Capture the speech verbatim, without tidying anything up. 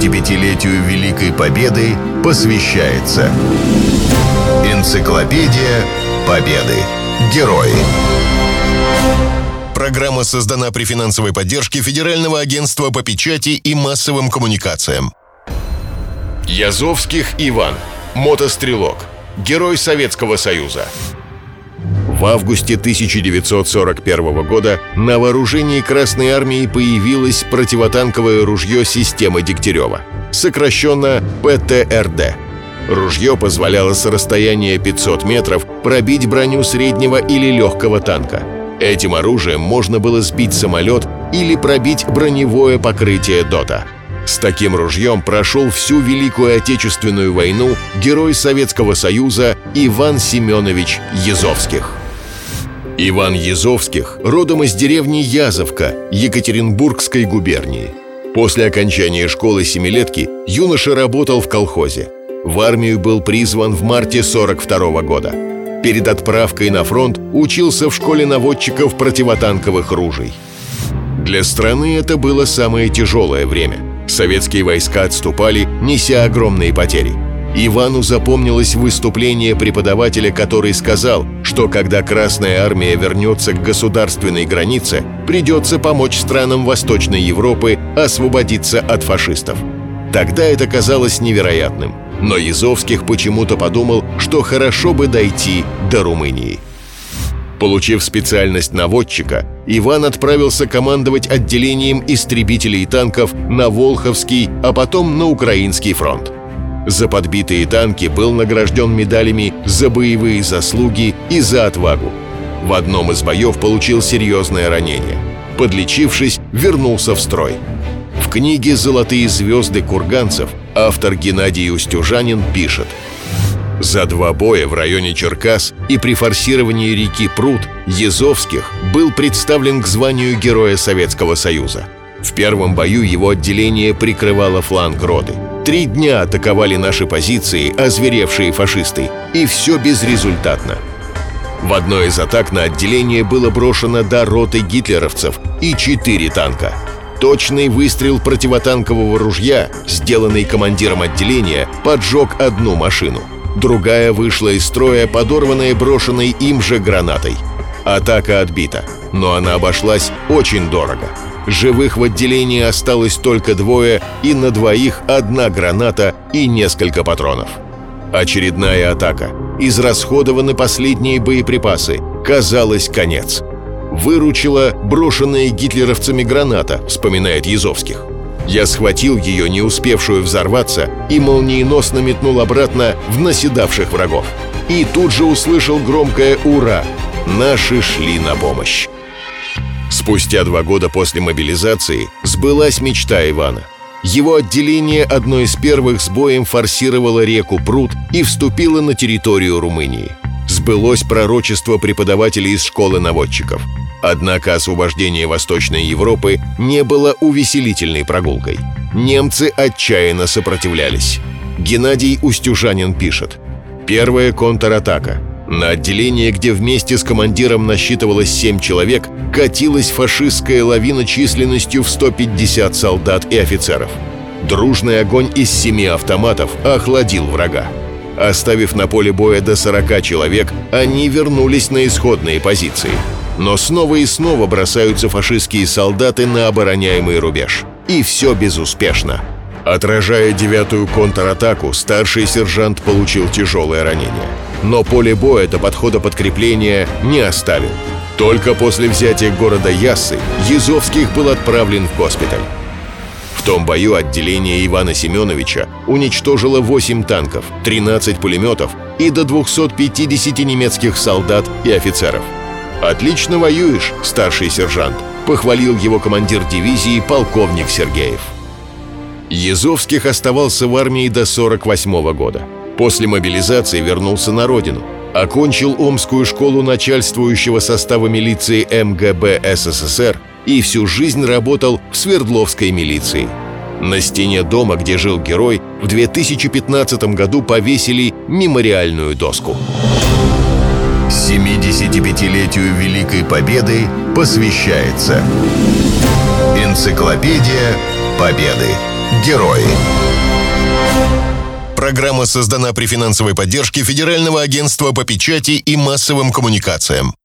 семидесятипятилетию Великой Победы посвящается Энциклопедия Победы. Герои. Программа создана при финансовой поддержке Федерального агентства по печати и массовым коммуникациям. Язовских Иван. Мотострелок. Герой Советского Союза. В августе тысяча девятьсот сорок первого года на вооружении Красной Армии появилось противотанковое ружье системы Дегтярева, сокращенно пэ тэ эр дэ. Ружье позволяло с расстояния пятьсот метров пробить броню среднего или легкого танка. Этим оружием можно было сбить самолет или пробить броневое покрытие ДОТа. С таким ружьем прошел всю Великую Отечественную войну герой Советского Союза Иван Семенович Язовских. Иван Язовских родом из деревни Язовка Екатеринбургской губернии. После окончания школы семилетки юноша работал в колхозе. В армию был призван в марте сорок второго года. Перед отправкой на фронт учился в школе наводчиков противотанковых ружей. Для страны это было самое тяжелое время. Советские войска отступали, неся огромные потери. Ивану запомнилось выступление преподавателя, который сказал, что когда Красная Армия вернется к государственной границе, придется помочь странам Восточной Европы освободиться от фашистов. Тогда это казалось невероятным, но Язовских почему-то подумал, что хорошо бы дойти до Румынии. Получив специальность наводчика, Иван отправился командовать отделением истребителей и танков на Волховский, а потом на Украинский фронт. За подбитые танки был награжден медалями за боевые заслуги и за отвагу. В одном из боев получил серьезное ранение. Подлечившись, вернулся в строй. В книге «Золотые звезды курганцев» автор Геннадий Устюжанин пишет: «За два боя в районе Черкас и при форсировании реки Прут Язовских был представлен к званию Героя Советского Союза. В первом бою его отделение прикрывало фланг роты. Три дня атаковали наши позиции озверевшие фашисты, и все безрезультатно. В одной из атак на отделение было брошено до роты гитлеровцев и четыре танка. Точный выстрел противотанкового ружья, сделанный командиром отделения, поджег одну машину. Другая вышла из строя, подорванная брошенной им же гранатой. Атака отбита, но она обошлась очень дорого. Живых в отделении осталось только двое, и на двоих одна граната и несколько патронов. Очередная атака. Израсходованы последние боеприпасы. Казалось, конец. Выручила брошенная гитлеровцами граната, вспоминает Язовских. Я схватил ее, не успевшую взорваться, и молниеносно метнул обратно в наседавших врагов. И тут же услышал громкое «Ура!». Наши шли на помощь. Спустя два года после мобилизации сбылась мечта Ивана. Его отделение одно из первых с боем форсировало реку Прут и вступило на территорию Румынии. Сбылось пророчество преподавателей из школы наводчиков. Однако освобождение Восточной Европы не было увеселительной прогулкой. Немцы отчаянно сопротивлялись. Геннадий Устюжанин пишет: «Первая контратака. На отделение, где вместе с командиром насчитывалось семь человек, катилась фашистская лавина численностью в сто пятьдесят солдат и офицеров. Дружный огонь из семи автоматов охладил врага. Оставив на поле боя до сорока человек, они вернулись на исходные позиции. Но снова и снова бросаются фашистские солдаты на обороняемый рубеж. И все безуспешно. Отражая девятую контратаку, старший сержант получил тяжелое ранение. Но поле боя до подхода подкрепления не оставил. Только после взятия города Яссы Язовских был отправлен в госпиталь. В том бою отделение Ивана Семеновича уничтожило восемь танков, тринадцать пулеметов и до двухсот пятидесяти немецких солдат и офицеров. «Отлично воюешь, старший сержант», — похвалил его командир дивизии полковник Сергеев. Язовских оставался в армии до сорок восьмого года. После мобилизации вернулся на родину. Окончил Омскую школу начальствующего состава милиции эм гэ бэ эс эс эс эр и всю жизнь работал в Свердловской милиции. На стене дома, где жил герой, в две тысячи пятнадцатом году повесили мемориальную доску. семидесятипятилетию Великой Победы посвящается Энциклопедия Победы. Герои. Программа создана при финансовой поддержке Федерального агентства по печати и массовым коммуникациям.